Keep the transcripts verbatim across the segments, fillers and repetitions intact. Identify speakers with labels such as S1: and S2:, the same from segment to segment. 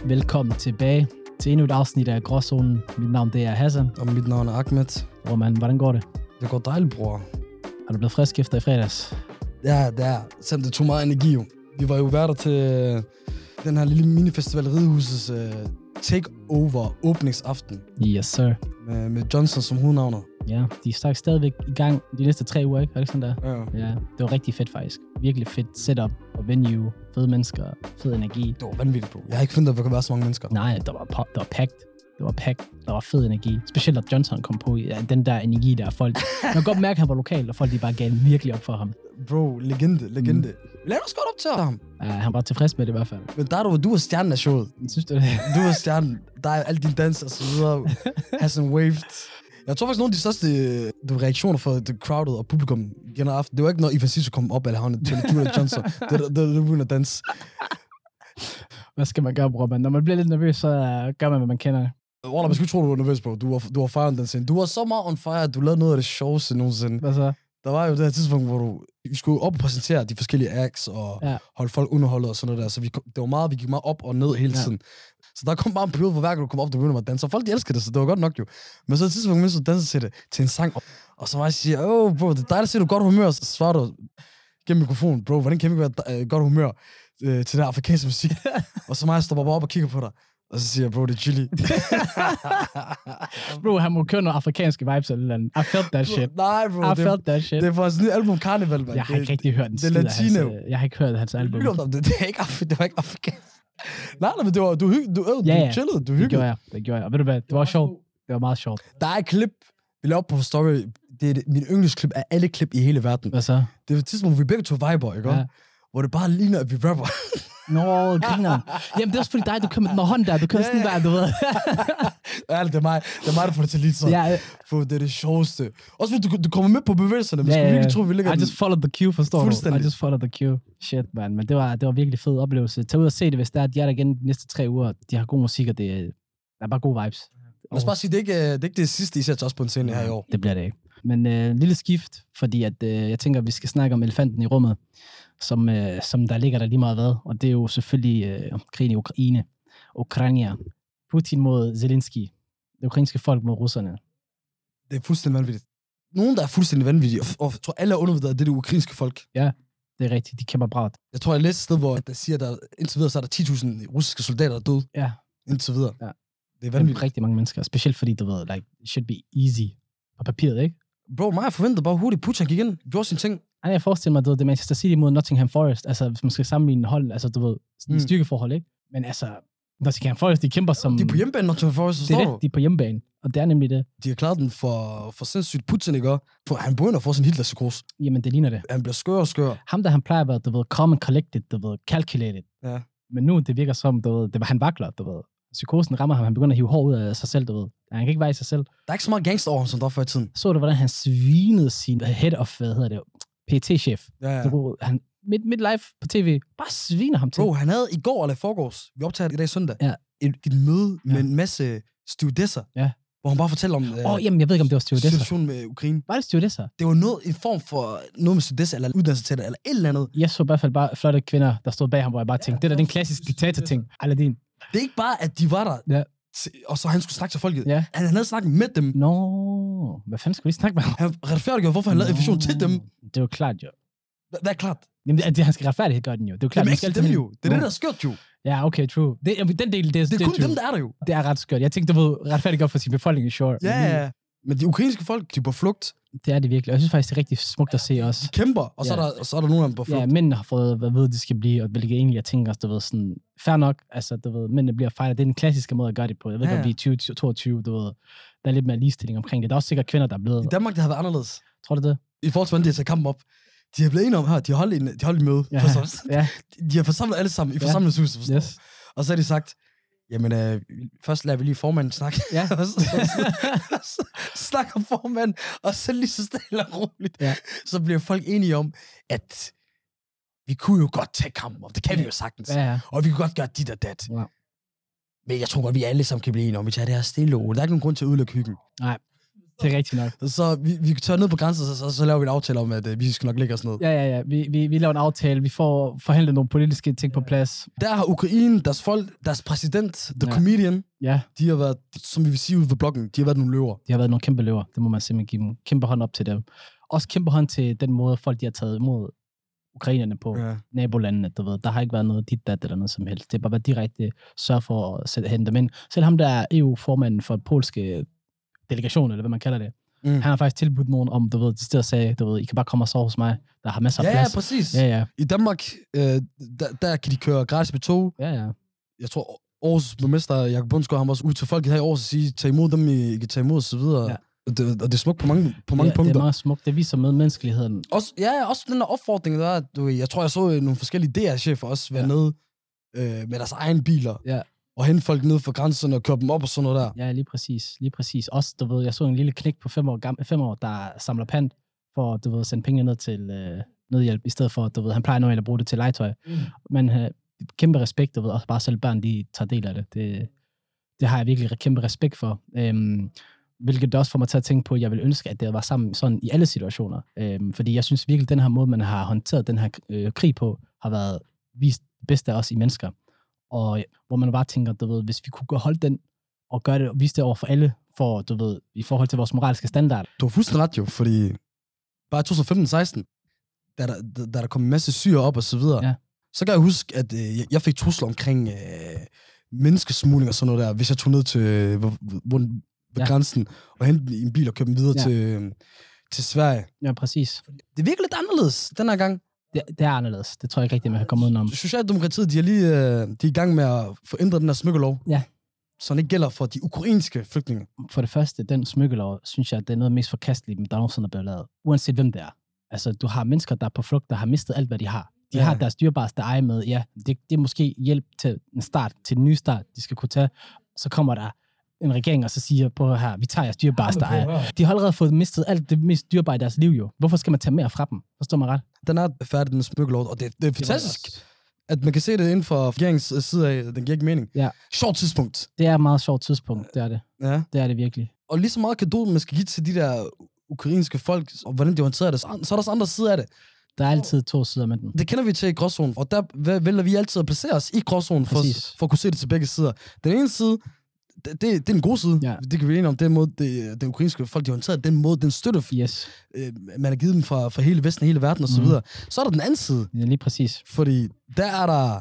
S1: Velkommen tilbage til endnu et afsnit af Gråzonen. Mit navn det er Hassan.
S2: Og mit navn er Ahmed.
S1: Roman, hvordan går det?
S2: Det går dejligt, bror.
S1: Er du blevet frisk efter i fredags?
S2: Ja, det er. Selvom det tog meget energi jo. Vi var jo værter til øh, den her lille minifestival i Ridehusets øh, takeover åbningsaften.
S1: Yes, sir.
S2: Med, med Johnson som hovednavner.
S1: Ja, de er stadigvæk i gang de næste tre uger, ikke? Er det ikke sådan der?
S2: Ja.
S1: Ja, det var rigtig fedt faktisk. Virkelig fedt setup og venue, fede mennesker, fed energi.
S2: Det var vanvittigt, bro. Jeg har ikke fundet, at der kan være så mange mennesker.
S1: Nej, der var, po- der var packed. Det var packed. Der var fed energi. Specielt da Johnson kom på. Ja, den der energi der. Folk, man kan godt mærke, at han var lokal, og folk de bare gav virkelig op for ham.
S2: Bro, legende, legende. Mm. Lad os godt op til ham.
S1: Ja, han var tilfreds med det i hvert fald.
S2: Men der er du, du er stjernen af showet.
S1: Synes du det?
S2: Du er stjernen. Der er alle dine dans og så videre. Hassan waved. Jeg tror faktisk, nogle af de største de reaktioner fra the crowded og publikum generelt aften, det var ikke noget, Ivan Sisu kom op, eller han til Julia Johnson. Det er det begynder at danse.
S1: Hvad skal man gøre, bror? Man? Når man bliver lidt nervøs, så gør man, hvad man kender.
S2: Wallah, man skulle tro, du var nervøs, bro. Du var, du var fire on den scene. Du var så meget on fire, at du lavede noget af det sjoveste nogensinde.
S1: Hvad så?
S2: Der var jo det her tidspunkt, hvor du vi skulle op og præsentere de forskellige acts og ja. holde folk underholdet og sådan noget der. Så vi, det var meget, vi gik meget op og ned hele tiden. Ja. Så der kom bare en periode, hvor hver gang du kom op, du begyndte at danse. Og folk, de elskede det, så det var godt nok jo. Men så et tidspunkt, mens du dansede til det, til en sang. Og så var jeg siger, åh, oh, bro, det er dig, der siger, du er godt humør. Så svarer du gennem mikrofonen, bro, hvordan kan vi ikke være godt humør øh, til det afrikanske musik? Og så mig stopper bare op og kigger på dig. Og så siger jeg, bro, det er chili.
S1: Bro, han må køre nogle afrikanske vibes eller andet. I felt that shit.
S2: Nej, bro.
S1: I
S2: det,
S1: felt that shit.
S2: Det er for sådan et album Carnival, man.
S1: Jeg har ikke rigtig hørt den
S2: skid af hans...
S1: Jeg har ikke hørt hans album.
S2: Det, det, er ikke, det var ikke afrikansk. Nej, men det var, du, hygge, du, du,
S1: ja, ja.
S2: du chillede, du
S1: hyggede. Det gjorde jeg, det gjorde jeg. Og ved du hvad, det var sjovt. Det var meget sjovt.
S2: Der er et klip, vi lavede på Story. Det er det, min yndlingsklip af alle klip i hele verden.
S1: Hvad så?
S2: Det er et tidspunkt, hvor vi begge to viber, ikke? Ja. Hvor det bare ligner, at vi rapper.
S1: Nå, griner. Jamen, det er også fordi dig, du kører med den hånd der. Du kører sådan der, du ved.
S2: Ja, det er mig. Det er mig, der får det til lidt så.
S1: Ja.
S2: For det er det sjoveste. Også hvis du, du kommer med på bevægelserne. Vi
S1: ja,
S2: skulle virkelig tro, vi ligger
S1: I just followed the cue, forstår du? I just followed the cue. Shit, man. Men det var, det var virkelig fed oplevelse. Tag ud og se det, hvis der er, de er der igen de næste tre uger. De har god musik, og det er, der er bare gode vibes.
S2: Lad os bare sige, det er ikke det, er ikke det sidste, I sætter os på en scene her i år.
S1: Det bliver det ikke. Men en uh, lille skift, fordi at, uh, jeg tænker, at vi skal snakke om elefanten i rummet, som, uh, som der ligger der lige meget hvad. Og det er jo selvfølgelig uh, krigen i Ukraine. Ukraine. Putin mod Zelensky. Det ukrainske folk mod russerne.
S2: Det er fuldstændig vanvittigt. Nogen, der er fuldstændig vanvittige, og, og jeg tror, alle er undervurderet, det er det ukrainske folk.
S1: Ja, det er rigtigt. De kæmper bravt.
S2: Jeg tror, jeg læste et sted, hvor der siger, at indtil videre, så er der ti tusind russiske soldater, der er døde.
S1: Ja.
S2: Indtil videre.
S1: Ja.
S2: Det er vanvittigt.
S1: Det er rigtig mange mennesker. Specielt fordi, du ved, like, it should be easy på papiret, ikke?
S2: Bro, mig forventede bare hurtigt, Putin gik ind, gjorde sin ting.
S1: Ej, jeg forestiller mig, du ved, det er Manchester City mod Nottingham Forest. Altså, hvis man skal sammenligne hold, altså, du ved, mm. styrkeforhold, ikke? Men altså, Nottingham Forest, de kæmper som...
S2: De er på hjemmebane, Nottingham Forest,
S1: forstår du? Det er det, de er på hjemmebane, og det er nemlig det.
S2: De har klaret den for, for sindssygt Putin, ikke? For han begynder at få sin Hitler-psykose.
S1: Jamen, det ligner det.
S2: Han bliver skør og skør.
S1: Ham, der han plejer at være, du ved, calm and collected, du ved, calculated.
S2: Ja.
S1: Men nu, det virker som, du ved, det var han vakler, du ved. Psykosen rammer ham, han begynder at hive hår ud af sig selv, du ved. Han kan ikke være i sig selv.
S2: Der er ikke så meget gangster over ham, som der var før i tiden.
S1: Så du, hvordan han svinede sin head of, hvad hedder det, P T-chef.
S2: Ja, ja.
S1: Du, han, midt, midt live på tv, bare sviner ham til.
S2: Bro, han havde i går eller i forgårs, vi optager i dag søndag,
S1: ja.
S2: et, et møde
S1: ja.
S2: med en masse stewardesser,
S1: ja.
S2: hvor han bare fortæller om
S1: Åh, oh, jamen, jeg ved ikke, om det var stewardesser.
S2: Situationen med Ukraine.
S1: Var det stewardesser?
S2: Det var noget, en form for noget med stewardesser, eller uddannelse til det, eller et eller andet.
S1: Jeg så i hvert fald bare flotte kvinder, der stod bag ham, hvor jeg bare tænkte, ja, det er den klassiske diktator-ting. Aladdin.
S2: Det er ikke bare, at de var der,
S1: ja.
S2: og så han skulle snakke til folket.
S1: Ja.
S2: Han havde snakket med dem.
S1: Nå, no. Hvad fanden skulle vi snakke med ham?
S2: Han retfærdiggjorde, hvorfor han no. lavede invitation til dem.
S1: Det er jo klart, jo.
S2: Hvad er klart?
S1: Jamen, det, han skal retfærdighed gøre den jo. Det er jo klart.
S2: Jamen, skal dem jo. Det er no. det, der er skørt jo.
S1: Ja, okay, true. Det, den del, det,
S2: det er kun
S1: true.
S2: dem, der er der jo.
S1: Det er ret skørt. Jeg tænkte, du ved, retfærdiggøre for sin befolkning i short.
S2: Ja, ja. Men de ukrainske folk, de er på flugt.
S1: Det er det virkelig. Og jeg synes faktisk, det er rigtig smukt at se også.
S2: De kæmper, og så, ja. er, der, og så er der nogen af dem på flugt.
S1: Ja, mændene har fået, hvad ved de skal blive, og hvilket egentlig jeg tænker også, du ved, sådan, fair nok, altså, du ved, mændene bliver fejlet. Det er den klassiske måde at gøre det på. Jeg ved ikke, ja, ja. om de er tyve toogtyve, du ved, der er lidt mere ligestilling omkring det. Der er også sikkert kvinder, der er blevet...
S2: I Danmark, det har været anderledes.
S1: Tror du det?
S2: I forhold til, hvordan de har taget kampen op. De har blevet enige om her, de har holdt en, de har holdt en møde.
S1: Ja, ja.
S2: De har forsamlet alle sammen i forsamlingshuset,
S1: yes.
S2: Og så har de sagt, jamen, øh, først lader vi lige formanden snakke.
S1: Ja.
S2: Snak om formanden, og så lige så stille og roligt.
S1: Ja.
S2: Så bliver folk enige om, at vi kunne jo godt tage kampen op. Det kan ja. vi jo sagtens.
S1: Ja, ja.
S2: Og vi kan godt gøre dit og dat.
S1: Ja.
S2: Men jeg tror godt, vi alle sammen kan blive enige om, vi tager det her stille og roligt. Der er ikke nogen grund til at udelukke hyggen.
S1: Nej. Det er rigtigt nok.
S2: Så vi, vi tør ned på grænsen, så, så, så laver vi en aftale om, at uh, vi skal nok lægge os ned.
S1: Ja, ja, ja. Vi, vi, vi laver en aftale. Vi får forhandlet nogle politiske ting på plads.
S2: Der har Ukraine, deres folk, deres præsident, The ja. Comedian,
S1: ja.
S2: de har været, som vi vil sige ude ved bloggen, de har været nogle løver.
S1: De har været nogle kæmpe løver. Det må man simpelthen give dem. Kæmpe hånd op til dem. Også kæmpe hånd til den måde, folk de har taget imod ukrainerne på ja. nabolandene, du ved. Der har ikke været noget dit, dat eller noget som helst. Det er bare været direkte sørge for at sætte, hente dem ind. Selv ham, der er E U-formanden for polske delegation, eller hvad man kalder det, mm. han har faktisk tilbudt nogen om, du ved, de steder sagde, du ved, I kan bare komme og sove hos mig. Der har masser af
S2: ja,
S1: plads.
S2: Ja, præcis.
S1: Ja, ja.
S2: I Danmark, øh, der, der kan de køre gratis med tog.
S1: Ja, ja.
S2: Jeg tror, Aarhus borgmester Jakob Bundsgaard, han var også ude til folket her i Aarhus og sige, tag imod dem, I kan tage imod, og så videre. Ja. Og, det, og det er smukt på mange, på mange
S1: ja,
S2: punkter.
S1: Det er meget smukt. Det viser med menneskeligheden.
S2: Også, ja, også den der opfordring, der er, du, jeg tror, jeg så nogle forskellige D R-chefer også være ja. nede øh, med deres egne biler.
S1: Ja.
S2: Og hente folk ned fra grænsen og køre dem op og sådan noget der.
S1: Ja, lige præcis. Lige præcis. Også, du ved, jeg så en lille knæk på fem år, gamle, fem år der samler pant for, du ved, at sende penge ned til øh, nødhjælp, i stedet for, du ved, han plejer normalt at bruge det til legetøj. Mm. Men øh, kæmpe respekt, du ved, også bare selv børn, de tager del af det. Det, det har jeg virkelig kæmpe respekt for. Øhm, hvilket også får mig til at tænke på, at jeg vil ønske, at det var sammen sådan i alle situationer. Øhm, fordi jeg synes virkelig, at den her måde, man har håndteret den her øh, krig på, har været vist bedst af os i mennesker. Og hvor man bare tænker, du ved, hvis vi kunne holde den og gøre det og vise det over for alle, for, du ved, i forhold til vores moralske standard.
S2: Du har fuldstændig ret jo, fordi bare i to tusind femten seksten, da der, da, da der kom en masse syre op og så videre, ja. Så kan jeg huske, at øh, jeg fik trusler omkring øh, menneskesmugling og sådan noget der, hvis jeg tog ned til øh, ved ja. grænsen og hente en bil og køre dem videre ja. til, øh, til Sverige.
S1: Ja, præcis.
S2: Det virker lidt anderledes den her gang.
S1: Det, det er anderledes. Det tror jeg ikke rigtigt, man kan komme udenom.
S2: Socialdemokratiet, de er lige øh, de er i gang med at få ændret den her smykkelov.
S1: Ja.
S2: Så det ikke gælder for de ukrainske flygtninge.
S1: For det første, den smykkelov, synes jeg, det er noget mest forkasteligt, der nogensinde er blevet lavet. Uanset hvem det er. Altså, du har mennesker, der er på flugt, der har mistet alt, hvad de har. De ja. har deres dyrebareste eje med. Ja, det, det er måske hjælp til en start, til en ny start, de skal kunne tage. Så kommer der en regering, og så siger på her, vi tager jeres dyrebareste eje. De har allerede fået mistet alt det mest dyrebare i deres liv, jo. Hvorfor skal man tage mere fra dem? Forstår man ret?
S2: Den er færdig, den smykkelov, og det, det er fantastisk, det at man kan se det inden for regeringens side af, den giver ikke mening. Ja. Sjovt tidspunkt.
S1: Det er et meget sjovt tidspunkt, det er det.
S2: Ja.
S1: Det er det virkelig.
S2: Og lige så meget kado, man skal give til de der ukrainske folk, og hvordan de håndterer det, så er der også andre sider af det.
S1: Der er altid to sider med den.
S2: Det kender vi til i gråzonen, og der vælger vi altid at placere os i gråzonen for, for at kunne se det til begge sider. Den ene side, det, det, det er en god side. Ja. Det kan vi enige om. Den måde, det, den ukrainske folk, de har håndteret, den måde, den støtte,
S1: yes.
S2: øh, man har givet dem fra, fra hele Vesten, hele verden og så videre. Mm. Så er der den anden side.
S1: Ja, lige præcis.
S2: Fordi der er der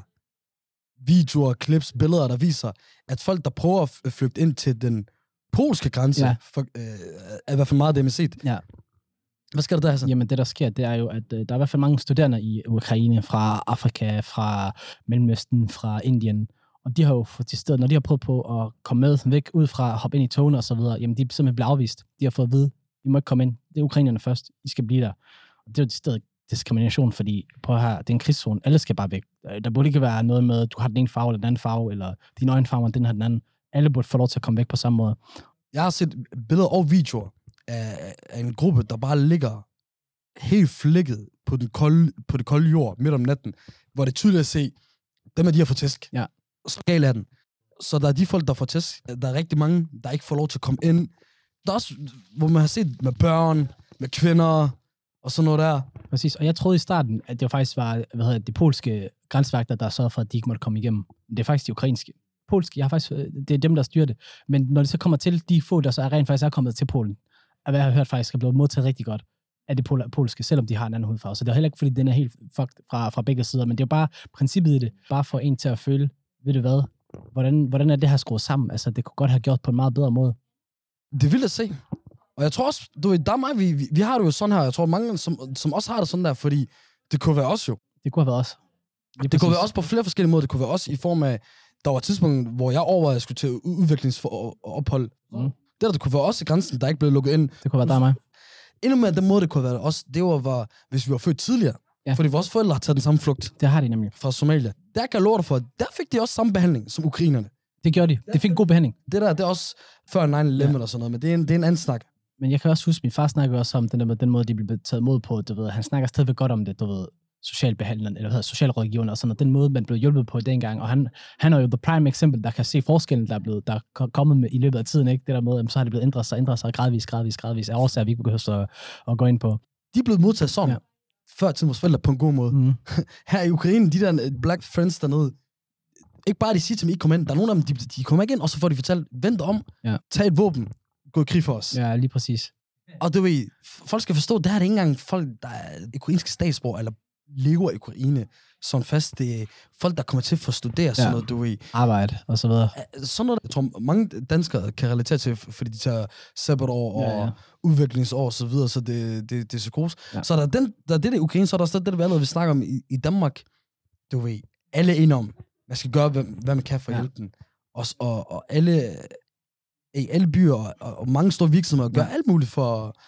S2: videoer, clips, billeder, der viser, at folk, der prøver at flygte ind til den polske grænse, ja. for, øh, er i hvert fald meget det, man har set.
S1: Ja.
S2: Hvad sker der der, Hassan?
S1: Jamen, det der sker, det er jo, at øh, der er i hvert fald mange studerende i Ukraine, fra Afrika, fra Mellemøsten, fra Indien, og de har jo fået til stedet, når de har prøvet på at komme med væk ud fra at hoppe ind i togene og så videre, jamen de er simpelthen blevet afvist. De har fået at vide, I må ikke komme ind. Det er ukrainerne først. I skal blive der. Og det er jo til stedet diskrimination, fordi på her, det er en krigszone. Alle skal bare væk. Der burde ikke være noget med, at du har den ene farve eller den anden farve, eller din øjenfarve, den har den anden. Alle burde få lov til at komme væk på samme måde.
S2: Jeg har set billeder og videoer af, af en gruppe, der bare ligger helt flækket på, den kolde, på det kolde jord midt om natten, hvor det er tydeligt at se, dem er de her for tæsk.
S1: Ja.
S2: Så gal er den. Så der er de folk, der får tæsk. Der er rigtig mange, der ikke får lov til at komme ind. Der er også, hvor man har set med børn, med kvinder og sådan noget der.
S1: Præcis, og jeg troede i starten, at det faktisk var hvad hedder det, de polske grænsevagter, der sørgede for, at de ikke måtte komme igennem. Det er faktisk de ukrainske. Polske, jeg har faktisk, det er dem, der styrer det. Men når det så kommer til, de få, der så er rent faktisk er kommet til Polen, af hvad jeg har hørt faktisk, er blevet modtaget rigtig godt af det pol- polske, selvom de har en anden hudfarve. Så det er heller ikke, fordi den er helt fucked fra, fra begge sider, men det er jo bare princippet i det. Bare for en til at føle, ved du hvad, hvordan, hvordan er det her skruet sammen? Altså, det kunne godt have gjort på en meget bedre måde.
S2: Det vil jeg se. Og jeg tror også, du ved, der er mig, vi, vi, vi har det jo sådan her. Jeg tror, mange, som, som også har det sådan der, fordi det kunne være os jo.
S1: Det kunne have været os.
S2: Det, det kunne være også på flere forskellige måder. Det kunne være også i form af, der var et tidspunkt, hvor jeg overvejede, at jeg skulle til udviklingsophold. Mm. Det der, det kunne være også i grænsen, der ikke blev lukket ind.
S1: Det kunne være der mig.
S2: Endnu mere den måde, det kunne være også, det var, var hvis vi var født tidligere. Ja. Fordi vores forældre har taget den samme flugt.
S1: Det har de nemlig.
S2: Fra Somalia. Der kan jeg love dig for, der fik de også samme behandling som ukrainerne.
S1: Det gjorde de. De fik en god behandling.
S2: Det der, det er også før nine eleven ja. Eller sådan noget, men det er, en, det er en anden snak.
S1: Men jeg kan også huske, min far snakker også om den, der med, den måde, de blev taget mod på, du ved. Han snakker stadigvæk godt om det, du ved. socialbehandleren, eller hvad hedder socialrådgiveren og sådan noget. Den måde, man blev hjulpet på dengang. Og han, han er jo the prime eksempel, der kan se forskellen, der er, blevet, der er kommet med i løbet af tiden. Ikke? Det der med, så har det blevet ændret sig, ændret sig gradvis, gradvis, gradvis. Er årsager, vi ikke behøver at, at gå ind på.
S2: De er blevet modtaget sådan, ja. Før til vores forældre på en god måde. Mm. Her i Ukraine, de der black friends dernede, ikke bare de siger til mig, ikke kom ind. Der er nogle af dem, de, de kommer ikke ind, og så får de fortalt, vent om, ja. Tag et våben, gå i krig for os.
S1: Ja, lige præcis.
S2: Og du ved, folk skal forstå, det her er ikke engang folk, der er ukrainske statsborger, eller lever i Ukraine, sådan fast. Det er folk, der kommer til for at studere sådan ja. Noget, du ved.
S1: Arbejde, og så videre.
S2: Sådan noget, jeg tror, mange danskere kan relatere til, fordi de tager sabbatår og ja, ja. Udviklingsår og så videre, så det, det, det er psykose. Ja. Så der er, den, der er det der i Ukraine, så er der også det, der allerede, vi snakker om i, i Danmark. Du ved, alle er enige om, man skal gøre, hvad, hvad man kan for ja. Hjælpen. Og, og, og alle, i alle byer og, og mange store virksomheder gør ja. Alt muligt for...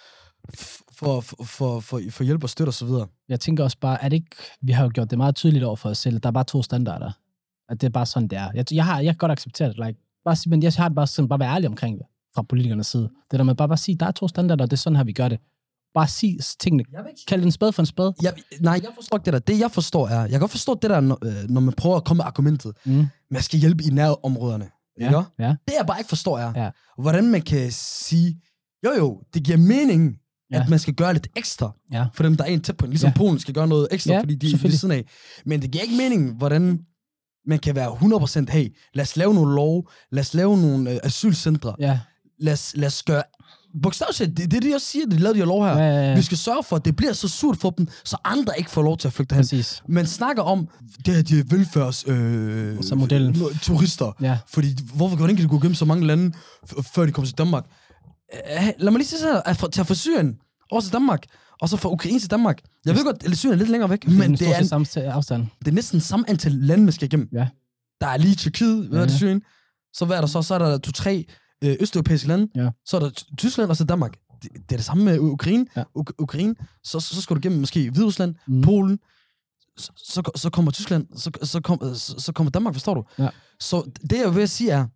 S2: For, for, for, for, for hjælp og støtte og så videre.
S1: Jeg tænker også bare, at ikke, vi har jo gjort det meget tydeligt over for os selv, der er bare to standarder. At det er bare sådan, det er. Jeg, jeg, har, jeg kan godt acceptere det, like, bare, men jeg har det bare sådan, bare være ærlig omkring det, fra politikernes side. Det der med bare, bare sige, der er to standarder, og det er sådan her, vi gør det. Bare sig tingene. Kald en spade for en spade.
S2: Jeg, nej, jeg forstår ikke det der. Det jeg forstår er, jeg kan godt forstå det der, når, når man prøver at komme med argumentet, mm. man skal hjælpe i nærområderne. Ja, ja. Det jeg bare ikke forstår er, ja. Hvordan man kan sige, jo jo, det giver mening, ja. At man skal gøre lidt ekstra, ja. For dem, der er en tæt på en. Ligesom ja. Polen skal gøre noget ekstra, ja, fordi de er ved siden af. Men det giver ikke mening, hvordan man kan være hundrede procent, hey, lad os lave nogle lov, lad os lave nogle øh, asylcentre, ja. lad, os, lad os gøre... Bogstaveligt, det, det er det, jeg siger, de lavede de her lov her. Ja, ja, ja. Vi skal sørge for, at det bliver så surt for dem, så andre ikke får lov til at flygte hen. Præcis. Man snakker om, det her, de er velfærds... Øh,
S1: så modellen.
S2: Turister. Ja. Fordi, hvorfor kan de gå gennem så mange lande, før de kommer til Danmark? Lad mig lige sige så, at tage fra Syrien over til Danmark, og så fra Ukraine til Danmark. Jeg ved godt, at Syrien er lidt længere væk, men det er, en,
S1: samme afstand.
S2: Det er næsten samme antal lande, man skal igennem. Ja. Der er lige Tyrkiet, hvad ja, ja. Er det Syrien? Så hvad er der så? Så er der to-tre øh, østeuropæiske lande. Ja. Så er der Tyskland og så Danmark. Det, det er det samme med Ukraine. Ja. U- Ukraine. Så, så skal du igennem måske Hviderusland, mm. Polen. Så, så, så kommer Tyskland, så, så, kom, så, så kommer Danmark, forstår du? Ja. Så det jeg vil sige er,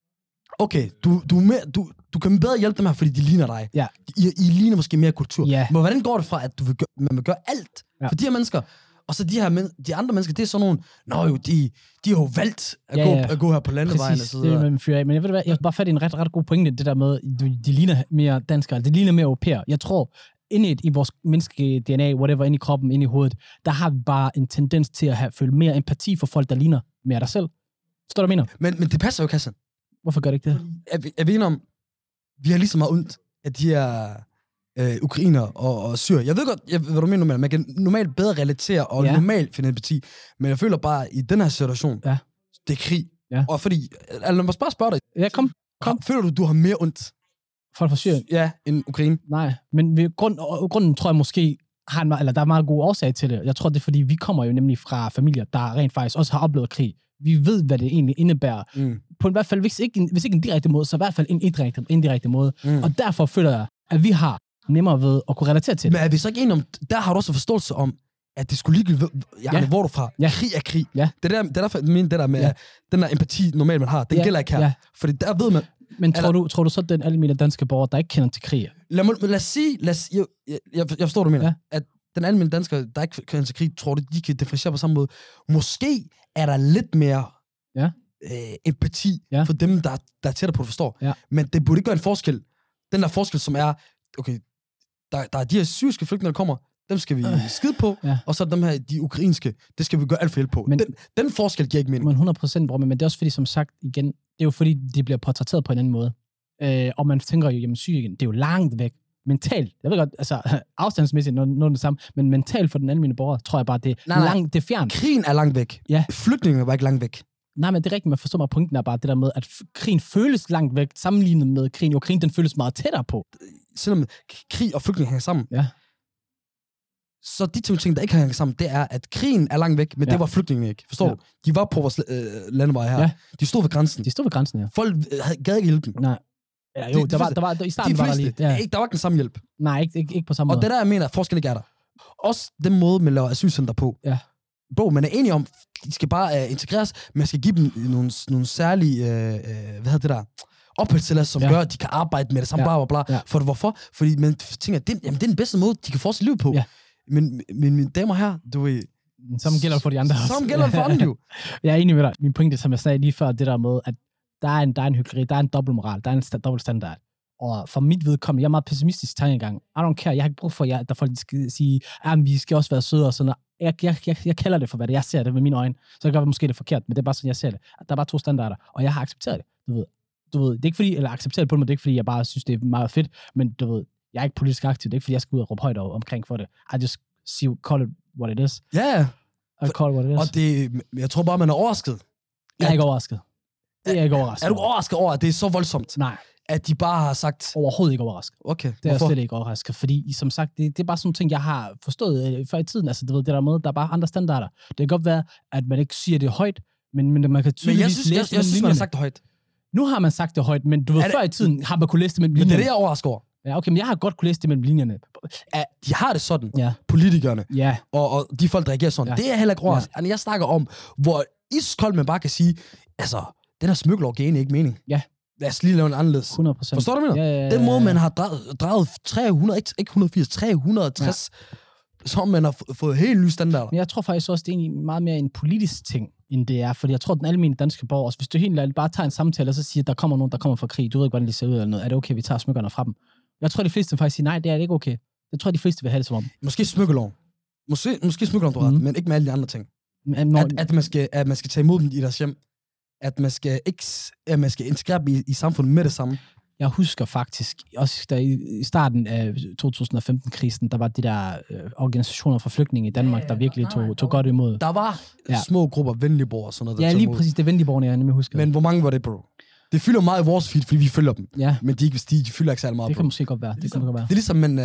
S2: okay, du, du, mere, du, du kan bedre hjælpe dem her, fordi de ligner dig. Ja. I, I ligner måske mere kultur. Ja. Men hvordan går det fra, at du vil gøre, man vil gøre alt ja. For de her mennesker, og så de her men, de andre mennesker, det er sådan nogle, nå jo, de, de har jo valgt at, ja, gå, ja. At gå her på landevejen. Præcis, og så det er man fyrer af. Men jeg ved hvad, jeg vil bare fatte en ret, ret god pointe, det der med, de, de ligner mere danskere, de ligner mere europæer. Jeg tror, inde i vores menneskelige D N A, whatever, inde i kroppen, inde i hovedet, der har vi bare en tendens til at have, føle mere empati for folk, der ligner mere dig selv. Forstår du, hvad jeg mener? Men, men det passer jo, Kassan.
S1: Hvorfor gør det ikke det?
S2: Er vi, er vi enige om, vi har lige så meget ondt af de her øh, ukrainer og, og syrer. Jeg ved godt, jeg, hvad du mener normalt. Man kan normalt bedre relatere og ja. Normalt finde empati, men jeg føler bare, i den her situation, ja. Det er krig. Ja. Og fordi, altså, lad mig bare spørge dig.
S1: Ja, kom. kom.
S2: Føler du, du har mere ondt?
S1: Folk fra Syrien?
S2: Ja, end Ukraine.
S1: Nej, men ved grund, grunden tror jeg måske, har en, eller der er meget gode årsager til det. Jeg tror, det er fordi, vi kommer jo nemlig fra familier, der rent faktisk også har oplevet krig. Vi ved, hvad det egentlig indebærer. Mm. På i hvert fald, hvis ikke, en, hvis ikke en direkte måde, så i hvert fald en indirekte, indirekte måde. Mm. Og derfor føler jeg, at vi har nemmere ved at kunne relatere til det.
S2: Men er vi så ikke enige om, der har du også forståelse om, at det skulle ligegyldigt, ja. Hvor du fra. Ja. Krig er krig. Ja. Det er der, det er derfor, jeg mener, det der med, ja. Den der empati, normalt man har, den ja. Gælder ikke her. Ja. Fordi der ved man...
S1: Men tror, eller, du, tror du så, at den almindelige danske borger, der ikke kender til krig?
S2: Lad, mig, lad os sige, lad os, jeg, jeg, jeg forstår, du mener, ja. At den almindelige dansker, der ikke kender til krig, tror du, de kan differentiere på samme måde. Måske er der lidt mere ja. øh, empati ja. For dem, der, der er tættere på, du forstår. Ja. Men det burde ikke gøre en forskel. Den der forskel, som er, okay, der, der er de her syriske flygtninge, der kommer, dem skal vi øh. skide på, ja. Og så dem her, de ukrainske, det skal vi gøre alt for hjælp på. Men, den, den forskel giver ikke mening.
S1: Men hundrede procent, bror, men det er også fordi, som sagt, igen, det er jo fordi, de bliver portrætteret på en anden måde. Øh, og man tænker jo, jamen Syrien, det er jo langt væk. Mentalt, jeg ved godt, altså afstandsmæssigt, noget, noget det samme, men mentalt for den almindelige borger, tror jeg bare, det er nej, nej. Langt, det er fjernt.
S2: Krigen er langt væk. Ja. Flygtningene var ikke langt væk.
S1: Nej, men det er rigtigt, man forstår mig, pointen er bare det der med, at f- krigen føles langt væk, sammenlignet med krigen, og krigen, den føles meget tættere på.
S2: Selvom krig og flygtning hænger sammen,
S1: ja.
S2: Så de to ting, der ikke hænger sammen, det er, at krigen er langt væk, men ja. Det var flygtningene ikke. Forstår ja. Du? De var på vores øh, landevej her. Ja. De stod ved grænsen.
S1: De stod ved grænsen, ja.
S2: Folk gad ikke hjælpe dem.
S1: Nej. Ja, jo, de, der, var, der var, der, i starten de fleste, var der lige. Ja.
S2: Ikke, der var ikke den samme hjælp.
S1: Nej, ikke, ikke, ikke på samme
S2: og
S1: måde.
S2: Og det der, jeg mener, at forskellen ikke er der. Også den måde, man laver asylcenter på. Ja. Bro, man er enig om, de skal bare uh, integreres, men man skal give dem nogle, nogle særlige, uh, uh, hvad hedder det der, opholdstilladelse, som ja. Gør, at de kan arbejde med det samme, ja. Bla, bla, bla. Ja. For hvorfor? Fordi man tænker, det, jamen, det er den bedste måde, de kan få sit liv på. Ja. Men, men mine damer her, du ved,
S1: Samme gælder for de andre også.
S2: Samme gælder for andre jo.
S1: Jeg er enig med dig. Min pointe, som jeg sagde lige før, det der med, at der er en, der er en hykleri, der er en dobbeltmoral, der er en sta- dobbelt standard. Og for mit vedkommende, jeg er meget pessimistisk tankegang. I don't care, jeg har ikke brug for, at jeg, der folk skal sige, at vi skal også være søde og sådan noget. Jeg, jeg, jeg, jeg kalder det for, hvad det er. Jeg ser det med mine øjne. Så det kan godt måske det er forkert, men det er bare sådan, jeg ser det. Der er bare to standarder, og jeg har accepteret det. Du ved, du ved det er ikke fordi, eller accepteret det på mig, det er ikke fordi, jeg bare synes, det er meget fedt, men du ved, jeg er ikke politisk aktiv. Det er ikke fordi, jeg skal ud og råbe højt omkring for det. I just see, call it what it is.
S2: Ja, yeah.
S1: I call it what it is.
S2: Og det, jeg tror bare, man er overrasket.
S1: Jeg er ikke overrasket. Det er jeg ikke overrasket.
S2: Er du overrasket over, at det er så voldsomt?
S1: Nej.
S2: At de bare har sagt...
S1: Overhovedet ikke overrasket.
S2: Okay,
S1: det er jeg slet ikke overrasket, fordi som sagt, det, det er bare sådan nogle ting, jeg har forstået øh, før i tiden. Altså, du ved, det der med, der er bare andre standarder. Det kan godt være, at man ikke siger det højt, men, men man kan tydeligvis
S2: men jeg synes,
S1: læse
S2: jeg, jeg, jeg synes, man har sagt det højt.
S1: Nu har man sagt det højt, men du ved,
S2: det,
S1: før i tiden har man kunne læse det mellem linjerne.
S2: Men det er det, jeg overrasker over.
S1: Ja, okay, men jeg har godt kunne læse det mellem linjerne.
S2: Ja, de har det sådan,
S1: ja.
S2: Politikerne,
S1: ja.
S2: og, og de folk, der reagerer sådan. Ja. Det er heller ikke overrasket. Ja. Altså, jeg snakker om, hvor iskoldt man bare kan sige, altså, den her smykkelov giver egentlig ikke mening.
S1: Ja.
S2: Lad os lige lave en anderledes.
S1: hundrede procent.
S2: Forstår du, hvad jeg mener?
S1: Ja, ja, ja,
S2: den måde, man har drejet, drejet tre hundrede, ikke, ikke et hundrede og firs, tre hundrede og tres, ja. Så man har f- fået helt nye standarder.
S1: Men jeg tror faktisk også, det er egentlig meget mere en politisk ting, end det er. Fordi jeg tror, den almindelige danske borger, også hvis du helt bare tager en samtale, og så siger, at der kommer nogen, der kommer fra krig, du ved ikke, hvordan de ser ud eller noget, er det okay, vi tager smykkerne fra dem? Jeg tror, de fleste faktisk siger, nej, det er det ikke okay. Jeg tror, de fleste vil have det som om.
S2: Måske smykkeloven. Måske, måske smykkeloven, du mm. men ikke med alle de andre ting.
S1: Men, når...
S2: at, at, man skal, at man skal tage imod dem i deres hjem. At man skal, ikke, at man skal integrere dem i, i samfundet med det samme.
S1: Jeg husker faktisk, også der i starten af to tusind og femten-krisen, der var de der øh, organisationer for flygtninge i Danmark, ja, der virkelig tog, tog godt imod.
S2: Der var ja. små grupper, venligborg og sådan noget.
S1: Der ja, lige præcis, det er venligborgerne, jeg nemlig husker.
S2: Men hvor mange var det, bro? Det fylder meget i vores feed, fordi vi følger dem.
S1: Ja.
S2: Men de, ikke, de, de fylder ikke særlig meget,
S1: det
S2: bro.
S1: kan måske godt være. Det, det, kan godt være.
S2: det er ligesom, men, uh,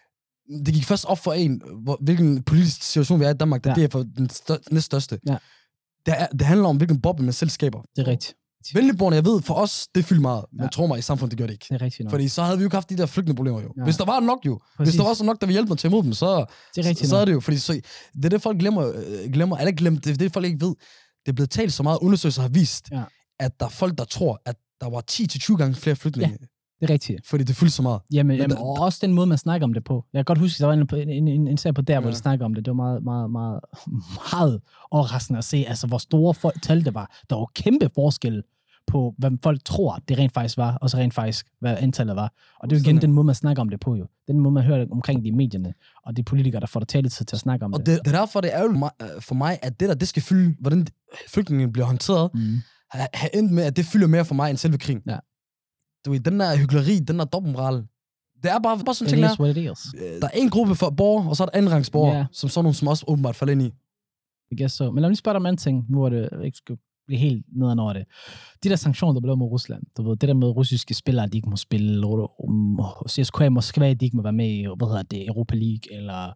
S2: det gik først op for en, hvor, hvilken politisk situation vi er i Danmark, ja. Det er for den stør, næststørste.
S1: Ja.
S2: Det, er, det handler om, hvilken boble man selv skaber.
S1: Det er rigtigt.
S2: Venligborgerne, jeg ved, for os, det fylder meget. Men ja. Tror mig, i samfundet, det gør det ikke.
S1: Det er rigtigt nok.
S2: Fordi så havde vi jo ikke haft de der flygtningeproblemer jo. Ja. Hvis der var nok jo.
S1: Præcis.
S2: Hvis der var så nok, der ville hjælpe mig til imod dem, så,
S1: det er,
S2: så, så er det jo. Fordi så, det er det, folk glemmer. Øh, glemmer eller glemmer, det er det, folk ikke ved. Det er blevet talt så meget, undersøgelser har vist, ja. At der er folk, der tror, at der var ti til tyve gange flere flygtninge.
S1: Ja. Det er rigtigt.
S2: Fordi det fyldte så meget.
S1: Jamen, jamen der, og også den måde, man snakker om det på. Jeg kan godt huske, at der var en, en, en, en serie på der, ja. Hvor de snakker om det. Det var meget, meget, meget, meget overraskende at se, altså, hvor store folk, tal det var. Der var kæmpe forskel på, hvad folk tror, det rent faktisk var, og så rent faktisk, hvad antallet var. Og det er jo igen den måde, man snakker om det på, jo. Den måde, man hører omkring det i medierne, og de politikere, der får der taletid til at snakke om
S2: og
S1: det.
S2: det. Og det er derfor, det er jo for mig, at det der, det skal fylde, hvordan flygtningen bliver håndteret, mm. har endt med, at det fylder mere for mig end selve krigen.
S1: Ja.
S2: Du ved, den der hykleri, den der dobbeltmoral, det er bare, bare sådan ting der.
S1: What it is.
S2: Der er en gruppe for borgere, og så er der andenrangsborgere, yeah. som sådan nogle, som også åbenbart falder ind i.
S1: I guess so. Men lad mig lige spørge dig om anden ting, nu er det ikke skal blive helt nedad over det. De der sanktioner, der blev mod Rusland, du ved, det der med russiske spillere, de ikke må spille, C S K A Moskva, de ikke må være med i, hvad hedder det, Europa League, eller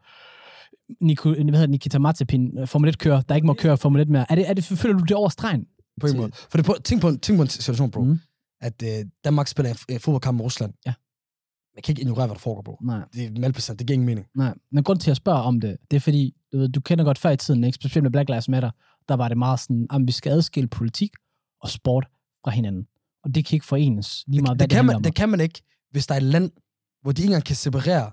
S1: Nico, hvad hedder det, Nikita Mazepin, Formel et-kører, der ikke må køre Formel et mere. Er det, er det, føler du det over stregen?
S2: På en måde. For det på, tænk, på en, tænk på en situation, bro. Mm. At øh, Danmark spiller en, en fodboldkamp med Rusland.
S1: Ja.
S2: Man kan ikke ignorere, hvad der foregår, bro.
S1: Nej.
S2: Det er malplaceret, det giver ingen mening.
S1: Nej, men grund til at spørge om det, det er fordi, du, ved, du kender godt før i tiden, ikke? Specielt med Black Lives Matter, der var det meget sådan, at vi skal adskille politik og sport fra hinanden. Og det kan ikke forenes lige meget,
S2: det,
S1: hvad
S2: det,
S1: det
S2: kan man,
S1: om.
S2: det kan man ikke, hvis der er et land, hvor de ikke engang kan separere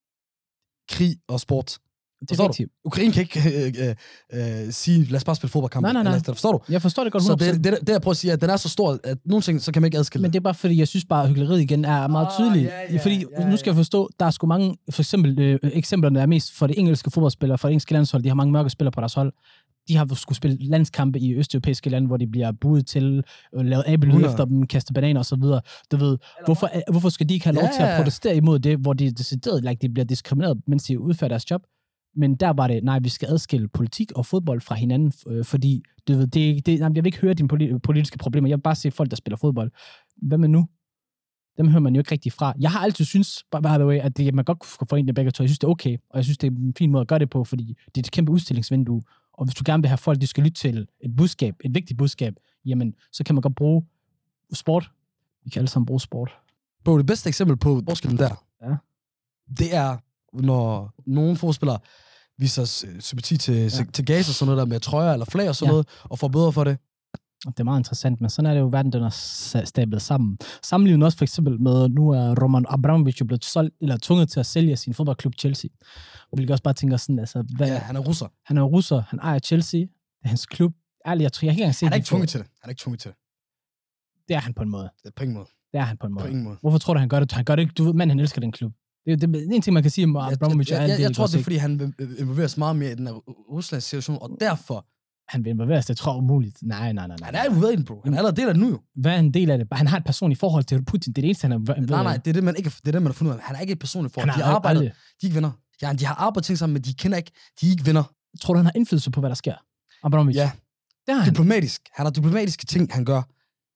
S2: krig og sport.
S1: Det er rigtigt.
S2: Ukraine kan ikke øh, øh, øh, sige, lad os bare spille fodboldkamp.
S1: Nej, nej, nej.
S2: Eller, forstår du?
S1: Jeg forstår det godt hundrede procent.
S2: Så det, det, det jeg prøver at sige, er, at den er så stor, at nogle ting, så kan man ikke adskille.
S1: Men det er bare fordi, jeg synes bare, at hykleriet igen er meget tydeligt.
S2: Oh, yeah, yeah,
S1: fordi,
S2: yeah,
S1: nu skal jeg forstå, der er sgu mange, for eksempel, øh, eksemplerne er mest for de engelske fodboldspillere, for det engelske landshold, de har mange mørke spillere på deres hold. De har skulle spille landskampe i østeuropæiske lande, hvor de bliver budet til, øh, lavet abelyd efter dem, kaste bananer og så videre. Du ved, hvorfor, hvorfor skal de ikke have lov yeah. til at protestere imod det, hvor de decideret, like, de bliver diskrimineret, mens de udfører deres job? Men der var det, nej, vi skal adskille politik og fodbold fra hinanden, øh, fordi du ved, det, det, nej, jeg vil ikke høre dine politiske problemer. Jeg vil bare se folk, der spiller fodbold. Hvad med nu? Dem hører man jo ikke rigtig fra. Jeg har altid synes, by the way, at det, man godt kunne forene det begge to. Jeg synes, det er okay, og jeg synes, det er en fin måde at gøre det på, fordi det er et kæmpe udstillingsvindue. Og hvis du gerne vil have folk, de skal lytte til et budskab, et vigtigt budskab, jamen, så kan man godt bruge sport. Vi kan alle sammen bruge sport.
S2: Bro, det bedste eksempel på forskellen der,
S1: ja.
S2: Det er, når nogle fodboldspillere viser sympati til, ja. til gas og sådan noget der med trøjer eller flag og sådan ja. noget, og får bøder for det.
S1: Det er meget interessant, men sådan er det jo, verden den er stablet sammen. Sammenlignet også for eksempel med, nu er Roman Abramovich jo blevet solgt, eller tvunget til at sælge sin fodboldklub Chelsea. Hvilket også bare tænker sådan, altså... Hvad,
S2: ja, han er russer.
S1: Han er russer, han ejer Chelsea, det er hans klub. Ærligt, jeg tror, jeg kan ikke engang se...
S2: Han er ikke tvunget til det. Han er ikke tvunget til det.
S1: Det er han på en måde.
S2: Det er på ingen måde.
S1: Det er han på en måde.
S2: På ingen måde.
S1: Hvorfor tror du, han gør det? Han gør det ikke, du ved, men han elsker den klub. Det er, det, det er en ting, man kan sige om Abramovich.
S2: Jeg, jeg, jeg, jeg, jeg tror, det er, fordi han involveres meget mere i den her Ruslands situation, og derfor...
S1: Han vil involveres, det tror jeg umuligt. Nej, nej, nej, nej.
S2: Han er involveret i den, bro. Han er allerede del af det nu, jo.
S1: Hvad er en del af det? Han har et personligt forhold til Putin. Det er det eneste, han er...
S2: Nej, nej, det er det, man ikke det er det, man har fundet ud af. Han er ikke et personligt forhold. De har arbejdet, de er ikke venner. Ja, de har arbejdet ting sammen, men de kender ikke, de er ikke venner.
S1: Tror du, han har indflydelse på, hvad der sker? Abramovich?
S2: Ja. Det har han. Diplomatisk. Han har diplomatiske ting, han gør.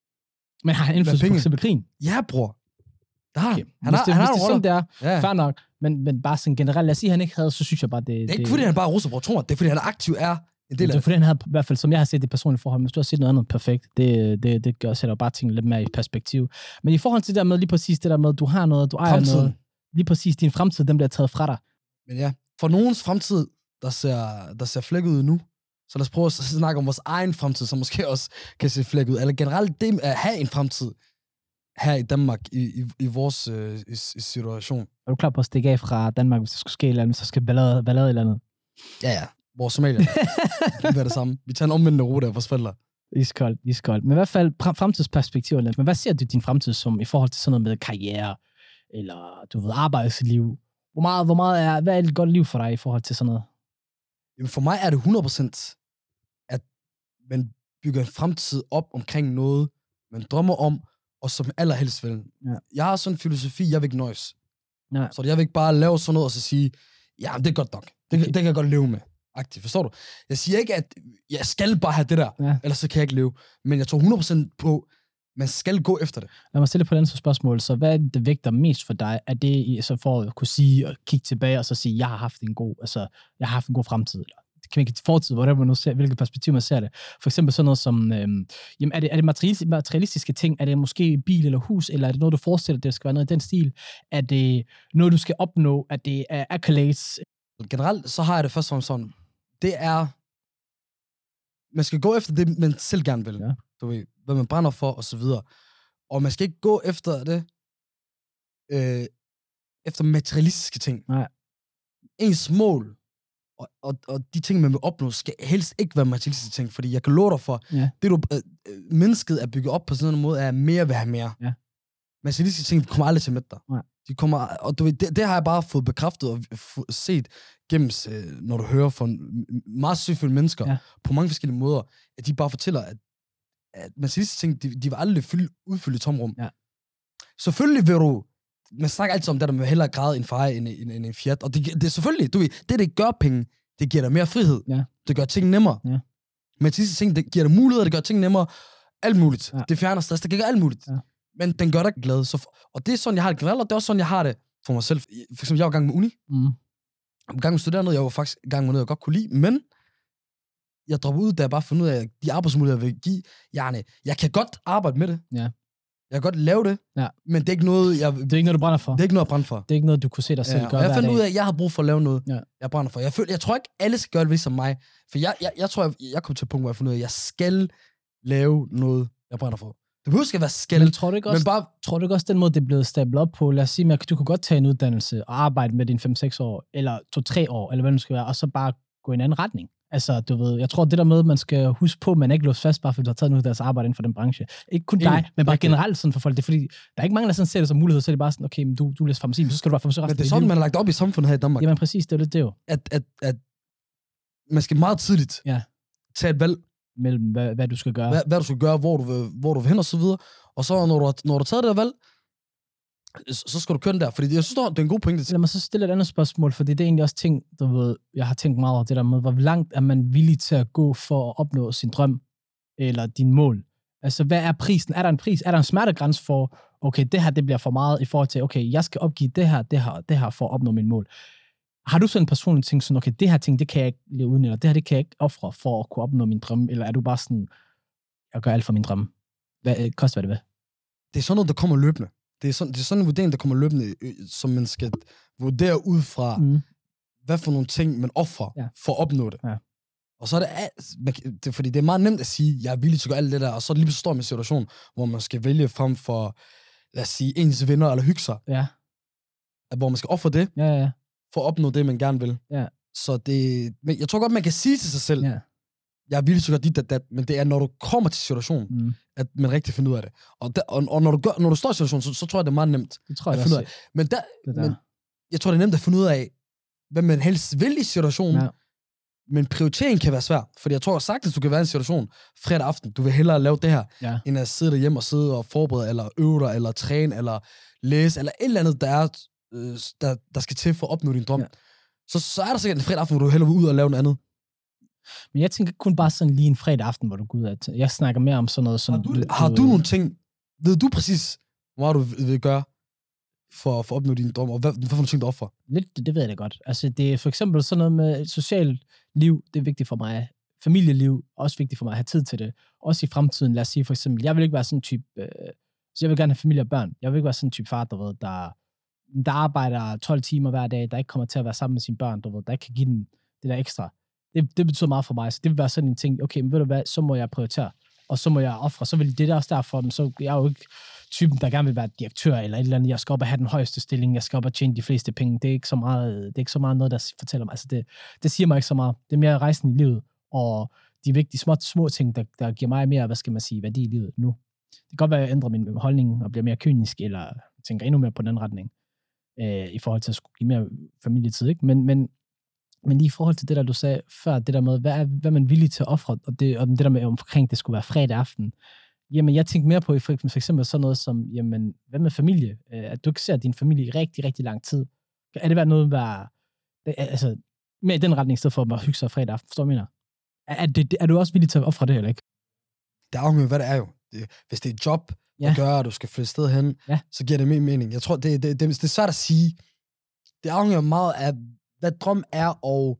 S1: Men har han indflydelse på eksempel krigen?
S2: Ja, bror. Der har
S1: okay.
S2: han.
S1: Hvis det,
S2: han
S1: hvis det er sådan, det er, ja. Fair nok. Men, men bare sådan generelt, lad os sige, at han ikke havde, så synes jeg bare, det...
S2: Det er ikke, det, fordi han bare er russer, bror. Tror mig. Det er, fordi han er aktiv, er en del af det.
S1: Det er, fordi han havde, i hvert fald, som jeg har set det personlige forhold, hvis du har set noget andet perfekt, det, det, det gør, sætter bare tingene lidt mere i perspektiv. Men i forhold til det der med, lige præcis det der med, du har noget, du ejer fremtiden. Noget, lige præcis din fremtid, den bliver taget fra dig.
S2: Men ja, for nogens fremtid, der ser, der ser flækket ud nu, så lad os prøve at snakke om vores egen fremtid, som måske også kan se flækket ud. Eller generelt det at have en fremtid her i Danmark, i, i, i vores øh, i, i situation.
S1: Er du klar på at stikke af fra Danmark, hvis der skulle ske et eller andet, så skal ballade, ballade et eller andet?
S2: Ja, ja. Vores Somalia. Det er det samme. Vi tager en omvendende rute af vores forældre.
S1: Iskoldt, iskoldt. Men i hvert fald fremtidsperspektiverne. Men hvad ser du din fremtid som i forhold til sådan noget med karriere, eller du ved, arbejdsliv? Hvor meget, hvor meget er, hvad er et godt liv for dig i forhold til sådan noget?
S2: Jamen for mig er det hundrede procent, at man bygger en fremtid op omkring noget, man drømmer om, og som allerhelst vil. Ja. Jeg har sådan en filosofi, jeg vil ikke nøjes. Ja. Så jeg vil ikke bare lave sådan noget, og så sige, ja, det er godt nok. Det, okay. det kan jeg godt leve med. Aktivt, forstår du? Jeg siger ikke, at jeg skal bare have det der, ja. Ellers så kan jeg ikke leve. Men jeg tror hundrede procent på, man skal gå efter det.
S1: Lad mig stille på et andet spørgsmål. Så hvad er det vægter mest for dig? Er det så for at kunne sige og kigge tilbage og så sige, jeg har haft en god, altså, jeg har haft en god fremtid, eller kan man ikke fortid, hvordan man nu ser, hvilket perspektiv man ser det. For eksempel sådan noget som, øhm, jamen er det, er det materialistiske ting? Er det måske bil eller hus? Eller er det noget, du forestiller dig, det skal være noget i den stil? Er det noget, du skal opnå? Er det er accolades?
S2: Generelt, så har jeg det først som sådan, det er, man skal gå efter det, man selv gerne vil. Ja. Du ved, hvad man brænder for, og så videre. Og man skal ikke gå efter det, øh, efter materialistiske ting.
S1: Nej.
S2: Ens mål, og, og, og de ting, man vil opnå, skal helst ikke være materialistiske ting, fordi jeg kan love dig for,
S1: ja.
S2: det du, øh, mennesket er bygget op på sådan en måde, er mere vil have mere.
S1: Ja.
S2: Materialistiske ting kommer aldrig til at mætte dig.
S1: Nej.
S2: De kommer, og du ved, det, det har jeg bare fået bekræftet og set gennem, øh, når du hører fra meget søgfulde mennesker, ja. På mange forskellige måder, at de bare fortæller, at, at materialistiske ting, de, de vil aldrig fylde, udfylde tomrum.
S1: Ja.
S2: Selvfølgelig vil du, man snakker altid om det, der med hellere græde en fej end, end, end en Fiat, og det, det er selvfølgelig, du ved, det det gør penge, det giver dig mere frihed,
S1: ja.
S2: Det gør ting nemmere.
S1: Ja.
S2: Materialistiske ting, det giver dig muligheder, det gør ting nemmere, alt muligt. Ja. Det fjerner stress, det gør alt muligt.
S1: Ja.
S2: Men den gør dig glad. Så, og det er sådan, jeg har det generelt, og det er også sådan, jeg har det for mig selv. For eksempel, jeg var i gang med uni.
S1: Mm.
S2: Jeg var i gang med at studere noget, jeg var faktisk i gang med noget, jeg godt kunne lide, men jeg droppede ud, da jeg bare fandt ud af, at de arbejdsmuligheder, jeg vil give, jeg, jeg kan godt arbejde med det.
S1: Ja.
S2: Jeg kan godt lave det,
S1: ja.
S2: Men det er ikke noget, jeg...
S1: Det er ikke noget, du brænder for.
S2: Det er ikke noget, jeg brænder for.
S1: Det er ikke noget, du kunne se dig selv
S2: ja.
S1: gøre
S2: Og jeg fandt
S1: ud
S2: af, at jeg havde brug for at lave noget,
S1: ja.
S2: Jeg brænder for. Jeg, føler, jeg tror ikke, alle skal gøre det ligesom mig. For jeg, jeg, jeg tror, jeg, jeg kom til et punkt, hvor jeg fandt ud af, at jeg skal lave noget, jeg brænder for. Det behøver ikke at være skal.
S1: Men tror du ikke også,
S2: men bare...
S1: tror du ikke også den måde, det er blevet stablet op på? Lad os sige, at du kunne godt tage en uddannelse og arbejde med din fem seks år, eller to tre år, eller hvad det skal være, og så bare gå i en anden retning. Altså, du ved, jeg tror, det der med, man skal huske på, at man ikke låser fast, bare fordi du har taget noget af deres arbejde inden for den branche. Ikke kun dig, men bare generelt sådan for folk. Det er fordi, der er ikke mange, der sådan ser det som mulighed, så er det bare sådan, okay, men du, du læser farmaci, men så skal du bare farmaci resten.
S2: Men det er sådan, man har lagt op i samfundet her i Danmark.
S1: Jamen præcis, det er jo det jo.
S2: At, at, at man skal meget tidligt
S1: ja.
S2: tage et valg.
S1: Mellem, hvad, hvad du skal gøre.
S2: Hvad, hvad du skal gøre, hvor du vil, hvor du vil hen og så videre. Og så, når du, når du har taget det der valg, så skal du køre den der, fordi jeg synes, det er en god pointe.
S1: Lad mig så stille et andet spørgsmål, fordi det er egentlig også ting, du ved, jeg har tænkt meget over det der med, hvor langt er man villig til at gå for at opnå sin drøm, eller din mål? Altså, hvad er prisen? Er der en pris? Er der en smertegrænse for, okay, det her, det bliver for meget i forhold til, okay, jeg skal opgive det her, det her, det her for at opnå min mål. Har du sådan en personlig ting, sådan, okay, det her ting, det kan jeg ikke leve uden, eller det her, det kan jeg ikke ofre for at kunne opnå min drøm, eller er du bare sådan, jeg gør alt for min drøm? Hvad koster hvad det vil?
S2: Det er sådan noget, der kommer løbende. Det er sådan, det er sådan en vurdering, der kommer løbende, som man skal vurdere ud fra, mm. hvad for nogle ting man offrer ja. For at opnå det.
S1: Ja.
S2: Og så er det, alt, det, fordi det er meget nemt at sige, jeg er villig til at gøre alt det der, og så lige pludselig står man i en situation, hvor man skal vælge frem for, lad os sige, ens venner eller hygge sig.
S1: Ja.
S2: Hvor man skal ofre det,
S1: ja, ja.
S2: for at opnå det, man gerne vil.
S1: Ja.
S2: Så det, men jeg tror godt, man kan sige til sig selv,
S1: ja.
S2: jeg er villig til at gøre dit, dat, dat, men det er, når du kommer til situationen, mm. at man rigtig finder ud af det. Og, der, og, og når, du gør, når du står i situationen, så, så tror jeg, det er meget nemt
S1: det tror jeg
S2: at finde ud af. Men, der, der. men jeg tror, det er nemt at finde ud af, hvad man helst vil i situationen, ja. Men prioriteringen kan være svær. Fordi jeg tror sagtens, du kan være i en situation fredag aften, du vil hellere lave det her, ja. End at sidde derhjemme og sidde og forberede, eller øve dig, eller træne, eller læse, eller et eller andet, der, er, øh, der, der skal til for at opnå din drøm. Ja. Så, så er der sikkert en fredag aften, hvor du hellere vil ud og lave noget andet.
S1: Men jeg tænker kun bare sådan lige en fredag aften, hvor du går ud af. Jeg snakker mere om sådan noget som...
S2: Har du, du, har du nogle ting... Ved du præcis, hvor du vil gøre for, for at opnå din drøm, og hvad, hvad for nogle ting, du offrer?
S1: Lidt, det, det ved jeg da godt. Altså, det er for eksempel sådan noget med et socialt liv, det er vigtigt for mig. Familieliv, også vigtigt for mig at have tid til det. Også i fremtiden, lad os sige for eksempel, jeg vil ikke være sådan en type... Øh, så jeg vil gerne have familie og børn. Jeg vil ikke være sådan en type far, der, ved, der, der arbejder tolv timer hver dag, der ikke kommer til at være sammen med sine børn, der, ved, der ikke kan give dem det der ekstra. Det, det betyder meget for mig, så det vil være sådan en ting, okay, men ved du hvad, så må jeg prioritere, og så må jeg ofre, så vil det der også derfor, men så jeg er jo ikke typen, der gerne vil være direktør, eller et eller andet, jeg skal op og have den højeste stilling, jeg skal op og tjene de fleste penge, det er ikke så meget, det er ikke så meget noget, der fortæller mig, altså det, det siger mig ikke så meget, det er mere rejsen i livet, og de vigtige små, små ting, der, der giver mig mere, hvad skal man sige, værdi i livet nu. Det kan godt være, at jeg ændrer min holdning, og bliver mere kynisk, eller tænker endnu mere på den retning, øh, i forhold til at skulle give mere familietid, ikke? Men, men Men lige i forhold til det, der du sagde før, det der med, hvad er, hvad er man villig til at ofre, og det, og det der med omkring, det skulle være fredag aften. Jamen, jeg tænkte mere på i for eksempel sådan noget som, jamen, hvad med familie? At du ikke ser din familie i rigtig, rigtig lang tid. Er det været noget, der altså, med i den retning, i stedet for at hygge sig fredag aften, forstår du, mener? Er, det, er du også villig til at ofre det, eller ikke?
S2: Det afhænger hvad det er jo. Det, hvis det er et job, der ja. Gør, at du skal flytte sted hen, ja. Så giver det mere mening. Jeg tror, det, det, det, det er svært at sige. Det afhænger meget af, hvad drøm er, og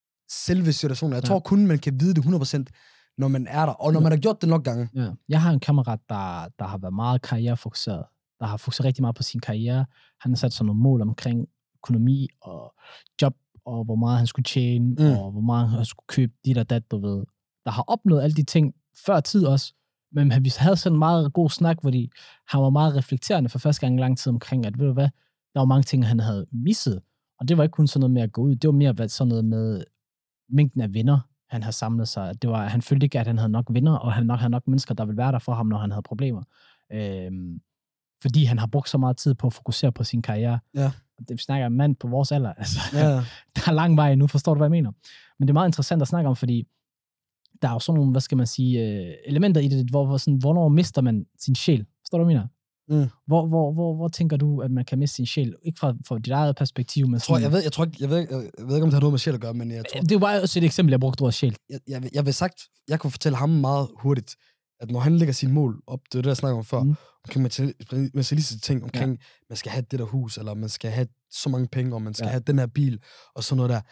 S2: selve situationen. Jeg ja. Tror kun, man kan vide det hundrede procent, når man er der, og når ja. Man har gjort det nok gange.
S1: Ja. Jeg har en kammerat, der, der har været meget karrierefokuseret, der har fokuseret rigtig meget på sin karriere. Han har sat sådan nogle mål omkring økonomi og job, og hvor meget han skulle tjene, mm. og hvor meget han skulle købe dit og dat, du ved. Der har opnået alle de ting før tid også, men vi havde sådan en meget god snak, fordi han var meget reflekterende for første gang i lang tid omkring, at ved du hvad, der var mange ting, han havde misset. Og det var ikke kun sådan noget med at gå ud, det var mere sådan noget med mængden af venner, han havde samlet sig. Det var, han følte ikke, at han havde nok venner, og han nok havde nok mennesker, der ville være der for ham, når han havde problemer. Øhm, fordi han har brugt så meget tid på at fokusere på sin karriere.
S2: Ja.
S1: Det, vi snakker om mand på vores alder. Altså,
S2: ja.
S1: Der er lang vej nu, forstår du, hvad jeg mener? Men det er meget interessant at snakke om, fordi der er jo sådan nogle, hvad skal man sige, elementer i det, hvor, hvor sådan, hvornår mister man sin sjæl? Forstår du, hvad jeg mener? Mm. Hvor, hvor, hvor, hvor tænker du, at man kan miste sin sjæl? Ikke fra, fra dit eget perspektiv, men
S2: tror, jeg, ved, jeg, tror, jeg, ved, jeg ved ikke, om det har noget med sjæl at gøre, men jeg tror...
S1: Det var også et eksempel, jeg brugte ordet sjæl.
S2: Jeg, jeg, jeg vil sagt, jeg kunne fortælle ham meget hurtigt, at når han lægger sine mål op, det er det, jeg snakker om før, mm. omkring materialistiske ting, omkring, ja. Man skal have det der hus, eller man skal have så mange penge, og man skal ja. Have den her bil, og sådan noget der,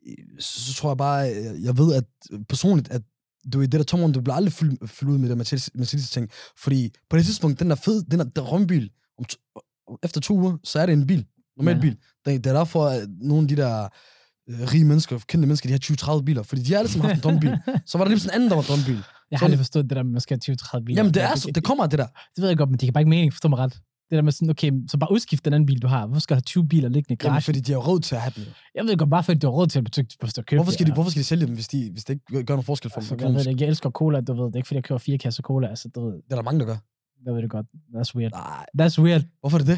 S2: så, så tror jeg bare, jeg ved, at personligt, at du i det der tomrum, du bliver aldrig fyldt fyld ud med det materialistiske ting, fordi på det tidspunkt, den der fed, den der drømbil, om to, efter to uger, så er det en bil, normal ja. Bil. Det, det er derfor, at nogle af de der øh, rige mennesker, kendte mennesker, de har tyve tredive biler, fordi de har alle sammen haft en drømbil. Så var der lige sådan en anden, der var drømbil.
S1: Jeg har aldrig forstået det der, man skal have tyve tredive biler.
S2: Jamen, det, er, så, det kommer af det der.
S1: Det ved jeg godt, men det kan bare ikke mening, forstå mig ret. Det der med sådan, okay, så bare udskift den anden bil, du har. Hvorfor skal du have tyve biler liggende i garagen?
S2: Jamen, fordi de har råd til at have dem.
S1: Jeg ved godt, bare fordi du har råd til at købe
S2: hvorfor skal, de, hvorfor skal de sælge dem, hvis, de, hvis det ikke gør nogen forskel for
S1: altså,
S2: dem?
S1: Jeg ved det, jeg elsker cola, du ved. Det er ikke fordi, jeg køber fire kasser cola. Altså, du ved.
S2: Det er der mange, der gør.
S1: Jeg ved det godt. That's weird.
S2: Nej.
S1: That's weird.
S2: Hvorfor er det det?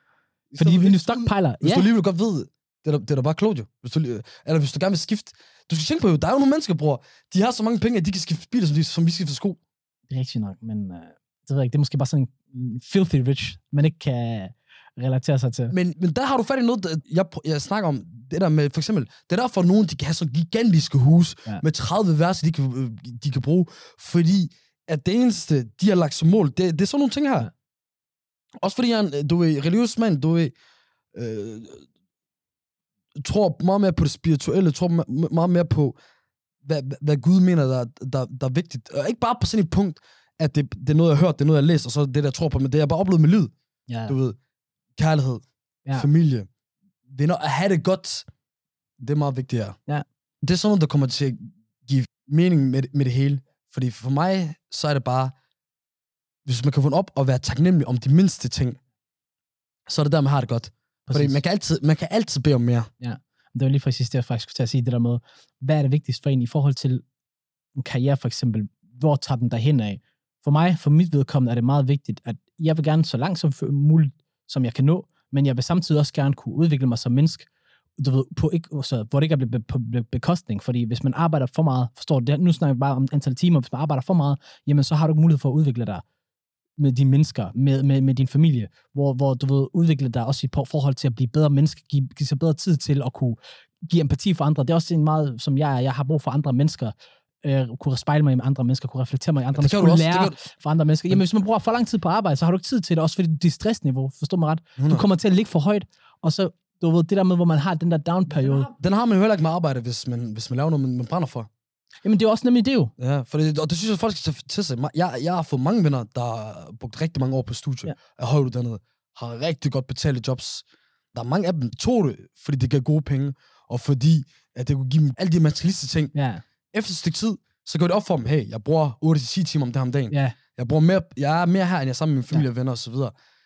S1: Fordi vi nu stockpiler.
S2: Hvis du lige vil godt vide, det er da, det er da bare klogt jo. Hvis du, eller hvis du gerne vil skifte. Du skal tænke på, der er jo nogle mennesker, bror. De har så mange penge, at de kan skifte biler, som, de, som vi skifter sko.
S1: Det er rigtigt nok, men uh, det ved jeg ikke. Det er måske bare sådan en filthy rich, man ikke kan relatere sig til.
S2: Men, men der har du fat i noget, jeg, jeg snakker om, det der med, for eksempel, det er derfor nogen, de kan have sådan gigantiske hus, ja. Med tredive værelser, de kan, de kan bruge, fordi at det eneste, de har lagt som mål, det, det er sådan nogle ting her. Ja. Også fordi han, du er religiøs mand, du er, øh, tror meget mere på det spirituelle, tror meget mere på, hvad, hvad Gud mener, der, der, der er vigtigt. Og ikke bare på sådan et punkt, at det, det er noget, jeg har hørt, det er noget, jeg har læst, og så det, der jeg tror på, men det er jeg bare oplevet med lyd. Ja. Du ved, kærlighed, ja. Familie, venner, at have det godt, det er meget vigtigt her.
S1: Ja.
S2: Det er sådan noget, der kommer til at give mening med, med det hele. Fordi for mig, så er det bare, hvis man kan vågne op og være taknemmelig om de mindste ting, så er det der, man har det godt. Præcis. Fordi man kan, altid, man kan altid bede om mere.
S1: Ja, det var lige præcis det, jeg faktisk skulle til at sige det der med, hvad er det vigtigste for en i forhold til en karriere for eksempel, hvor tager den derhen af? For mig, for mit vedkommende, er det meget vigtigt, at jeg vil gerne så langt som muligt, som jeg kan nå, men jeg vil samtidig også gerne kunne udvikle mig som menneske, du ved, på ikke, så, hvor det ikke er be, på be, bekostning, fordi hvis man arbejder for meget, forstår du det, nu snakker vi bare om antal timer, hvis man arbejder for meget, jamen så har du ikke mulighed for at udvikle dig med dine mennesker, med, med, med din familie, hvor, hvor du ved, udvikle dig også i et forhold til at blive bedre menneske, give, give sig bedre tid til at kunne give empati for andre. Det er også en meget, som jeg er, jeg har brug for andre mennesker, øh, kunne spejle mig med andre mennesker, kunne reflektere mig i andre mennesker, kunne også, lære for andre mennesker. Jamen hvis man bruger for lang tid på arbejde, så har du ikke tid til det, også fordi det er stressniveau, forstår mig ret. Du kommer til at ligge for højt, og så du ved, det der med, hvor man har den der down-periode.
S2: Den har man jo heller ikke med arbejde, hvis man, hvis man laver noget, man, man brænder for.
S1: Jamen, det er også nemlig det jo.
S2: Ja, for det, og det synes jeg, folk skal tage til sig. Jeg, jeg har fået mange venner, der har brugt rigtig mange år på studie, ja. Er højtuddannet, har rigtig godt betalte jobs. Der er mange af dem, tog det, fordi det gav gode penge, og fordi at det kunne give dem alle de materialistiske ting.
S1: Ja.
S2: Efter et stykke tid, så går det op for dem, hey, jeg bruger otte til ti timer om det her om dagen.
S1: Ja.
S2: Jeg, bruger mere, jeg er mere her, end jeg er sammen med min familie ja. Og venner osv.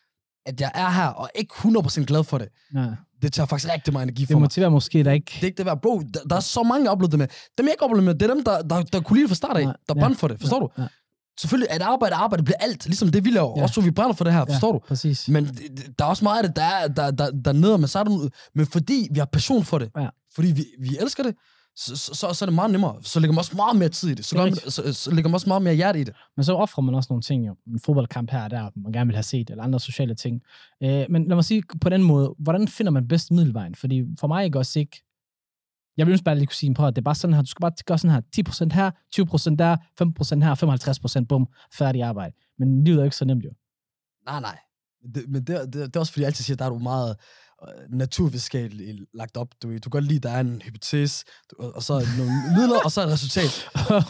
S2: At jeg er her, og ikke hundrede procent glad for det. Ja. Det tager faktisk rigtig meget energi for
S1: mig. Det motiverer måske der ikke.
S2: Det er ikke det værd. Bro, der, der er så mange, jeg oplevede det med. Dem, jeg ikke oplevede med, det er dem, der, der, der kunne lide det fra start af. Nej. Der brænder ja. For det, forstår ja. Du? Ja. Selvfølgelig, at arbejde, arbejde bliver alt. Ligesom det, vi laver. Ja. Også så vi brænder for det her, forstår
S1: ja,
S2: du?
S1: Præcis.
S2: Men der er også meget af det, der er der, der, der nede, men så er det, men fordi vi har passion for det, ja. Fordi vi, vi elsker det, så, så, så, så er det meget nemmere. Så lægger man også meget mere tid i det. Så, det man, så, så lægger man også meget mere hjerte i det.
S1: Men så offrer man også nogle ting, jo. En fodboldkamp her og der, man gerne vil have set, eller andre sociale ting. Øh, men lad mig sige på den måde, hvordan finder man bedst middelvejen? Fordi for mig ikke også ikke, jeg vil ønske bare lige kunne sige på, at det er bare sådan her, du skal bare gøre sådan her, ti procent her, tyve procent der, fem procent her, femoghalvtreds procent, bum, færdig arbejde. Men livet er ikke så nemt jo.
S2: Nej, nej. Det, men det, det, det er også fordi, jeg altid siger, at der er du meget naturvidenskabeligt lagt op. Du, du kan godt lide, der er en hypotese, og, og så nogle midler, og så et resultat.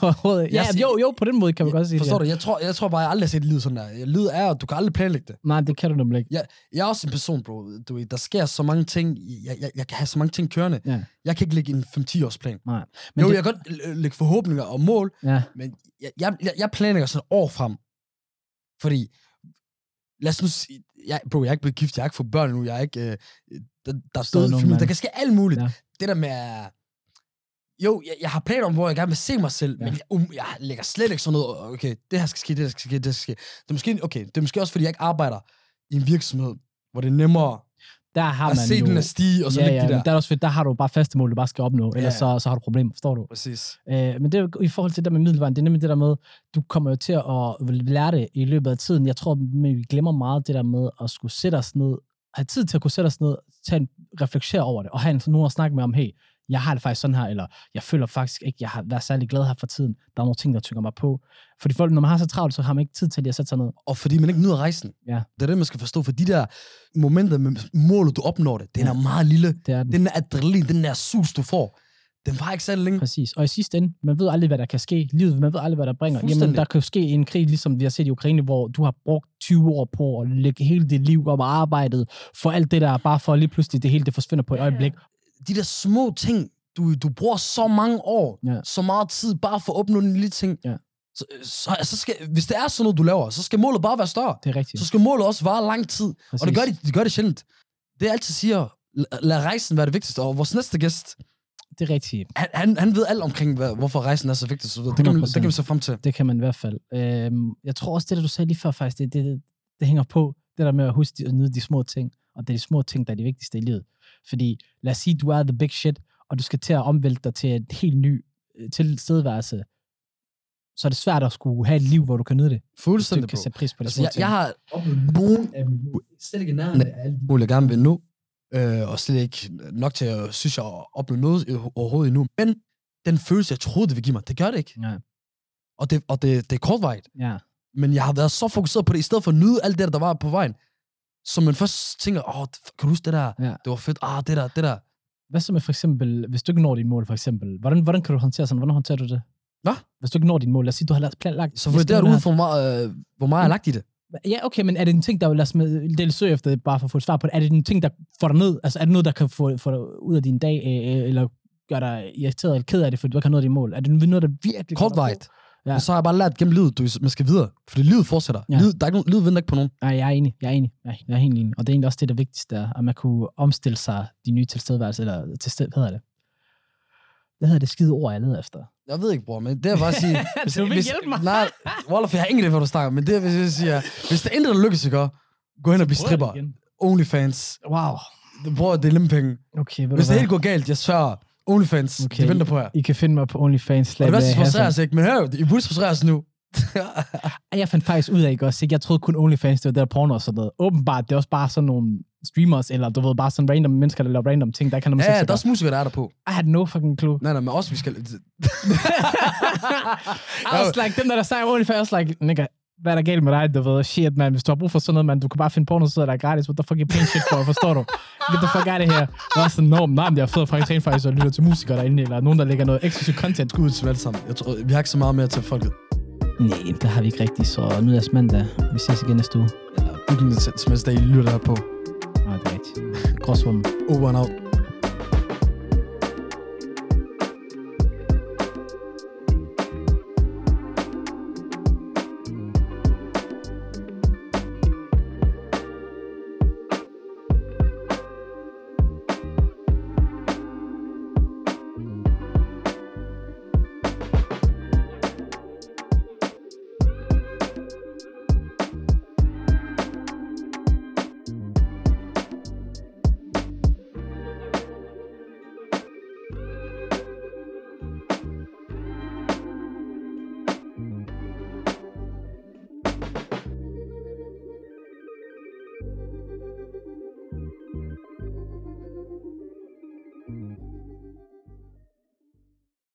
S1: ja, siger, jo, jo, på den måde kan man
S2: jeg,
S1: godt sige
S2: forstår
S1: det.
S2: Ja. Du? Jeg tror, jeg tror bare, jeg aldrig har set livet sådan der. Livet er, at du kan aldrig planlægge det.
S1: Nej, det kan du nemlig ikke.
S2: Jeg, jeg er også en person, bro. Du, der sker så mange ting. Jeg, jeg, jeg kan have så mange ting kørende. Ja. Jeg kan ikke lægge en fem til ti års plan.
S1: Nej.
S2: Men jo, det... jeg kan godt lægge forhåbninger og mål, ja. Men jeg, jeg, jeg planlægger sådan år frem. Fordi, lad os nu sige, jeg, bro, jeg er ikke blevet gift, jeg er ikke fået børn nu, jeg er ikke... Øh, der, der, stod, film, der kan ske alt muligt. Ja. Det der med... Jo, jeg, jeg har planer om, hvor jeg gerne vil se mig selv, ja. Men jeg, um, jeg lægger slet ikke sådan noget, okay, det her skal ske, det her skal ske, det her skal ske. Det er måske, okay, det er måske også, fordi jeg ikke arbejder i en virksomhed, hvor det er nemmere
S1: der har
S2: at
S1: man
S2: se
S1: jo...
S2: den at stige, og så
S1: ja,
S2: lægge
S1: ja,
S2: det der.
S1: Der er også fedt, der har du bare faste mål, du bare skal opnå, ellers ja. så, så har du problemer, forstår du?
S2: Præcis.
S1: Øh, men det er i forhold til det med middelvejen, det er nemlig det der med, du kommer jo til at lære det i løbet af tiden. Jeg tror, vi glemmer meget det der med at skulle sætte os ned, have tid til at kunne sætte os ned, tage en, reflektere over det, og have nogen at snakke med om, hey, jeg har det faktisk sådan her, eller jeg føler faktisk ikke, jeg har været særlig glad her for tiden. Der er nogle ting, der tynger mig på. Fordi folk, når man har så travlt, så har man ikke tid til at sætte sig ned.
S2: Og fordi man ikke nyder rejsen.
S1: Ja.
S2: Det er det, man skal forstå. For de der momenter med målet, du opnår det, den ja. Er meget lille.
S1: Det er den.
S2: Den der adrenalin, den der sus, du får, den var ikke særlig længe.
S1: Præcis. Og i sidste ende, man ved aldrig, hvad der kan ske. Livet, man ved aldrig, hvad der bringer. Jamen, der kan jo ske en krig, ligesom vi har set i Ukraine, hvor du har brugt tyve år på at lægge hele dit liv op og arbejdet for alt det der, bare for lige pludselig det hele, det forsvinder på et øjeblik.
S2: De der små ting, du, du bruger så mange år,
S1: ja.
S2: Så meget tid, bare for at opnå en lille ting.
S1: Ja.
S2: Så, så, så skal, hvis det er sådan noget, du laver, så skal målet bare være større.
S1: Det er rigtigt.
S2: Så skal målet også vare lang tid. Præcis. Og det gør, de, de gør det sjældent. Det jeg altid siger, lad rejsen være det vigtigste. Og vores næste gæst,
S1: det er rigtigt.
S2: Han, han, han ved alt omkring, hvad, hvorfor rejsen er så vigtig. Så det, kan man, det kan man se frem til.
S1: Det kan man i hvert fald. Øhm, jeg tror også, det der du sagde lige før, faktisk, det, det, det hænger på. Det der med at huske at nyde de små ting. Og det er de små ting, der er de vigtigste i livet. Fordi lad os sige, du er the big shit, og du skal til at omvælte dig til et helt ny tilstedeværelse, så er det svært at skulle have et liv, hvor du kan nyde det.
S2: Fuldstændig,
S1: bro. Kan sætte pris på det.
S2: Altså, jeg, jeg har oplevet nogen af mine slet ikke nærmere af alle de jeg gerne vil nu, øh, og slet ikke nok til at synes, jeg har oplevet noget overhovedet endnu. Men den følelse, jeg troede, det ville give mig, det gør det ikke.
S1: Ja.
S2: Og, det, og det, det er kortvarigt.
S1: Ja.
S2: Men jeg har været så fokuseret på det, i stedet for at nyde alt det, der var på vejen. Så man først tænker, åh, kan du huske det der? Ja. Det var fedt. Ah, det der, det der.
S1: Hvad så med for eksempel, hvis du ikke når dit mål, for eksempel, hvordan, hvordan kan du håndtere sådan? Hvordan håndterer du det?
S2: Hvad?
S1: Hvis du ikke når dit mål, lad os sige, du har planlagt...
S2: Så vurderer du ud for mig, øh, hvor meget jeg har lagt i det?
S1: Ja, okay, men er det en ting, der vil lade os med, det søge efter, bare for at få et svar på det? Er det en ting, der får dig ned? Altså, er det noget, der kan få, få dig ud af din dag, eller gør dig irriteret eller ked af det, fordi du ikke har noget i mål? Er det noget, der virkelig...
S2: Kortvejt. Ja. Og så har jeg bare lært gennem livet, du man skal videre. Fordi livet fortsætter. Ja. Livet, der er ikke nogen, livet venter ikke på nogen.
S1: Nej, jeg er enig. Jeg er enig. Jeg er helt enig. Og det er egentlig også det, der vigtigste er, at man kunne omstille sig de nye tilstedeværelser, eller tilsted, hvad hedder det? Hvad hedder det skide ord, jeg leder efter?
S2: Jeg ved ikke, bror, men det er bare at sige...
S1: Hvis, du vil hvis, hjælpe mig?
S2: Nej, Wolof, jeg har ingen idé, hvad du snakker, men det er, hvis jeg siger, hvis der er intet, der lykkes, ikke? Gå hen og blive stripper. OnlyFans.
S1: Wow.
S2: Bror, det er lempenge.
S1: Okay,
S2: hvis det helt går galt, jeg sværger. OnlyFans, okay, jeg venter på jer.
S1: I kan finde mig på OnlyFans.
S2: Og det værste frustreres ikke, men hør, I burde frustreres nu.
S1: Jeg fandt faktisk ud af, ikke også? Jeg troede kun OnlyFans, det var der porno og sådan noget. Åbenbart, det er også bare sådan nogle streamers, eller du ved, bare sådan random mennesker, der laver random ting, der kan noget
S2: ja, ja, der er også musikere, der er der på.
S1: I had no fucking clue.
S2: Nej, nej, men også vi skal...
S1: I was like, dem der der sagde OnlyFans, I was like, nigga, hvad er der galt med dig, du ved? Shit, man, hvis du har brug for sådan noget, man, du kan bare finde porno, så er der gratis. What the fuck, you paying shit for, forstår du? Get the fuck out of here. Det er sådan, no, nej, men jeg er fed fra en faktisk, og lytter til musikere derinde, eller nogen, der lægger noget eksklusivt content.
S2: Skud til alle sammen. Jeg tror, vi har ikke så meget mere til folket.
S1: Nej, det har vi ikke rigtigt, så nu er det mandag. Vi ses igen næste uge.
S2: Eller byggen med sms, der I lytter her på.
S1: Nej, det er rigtigt. Gråsvummen.
S2: Over and out.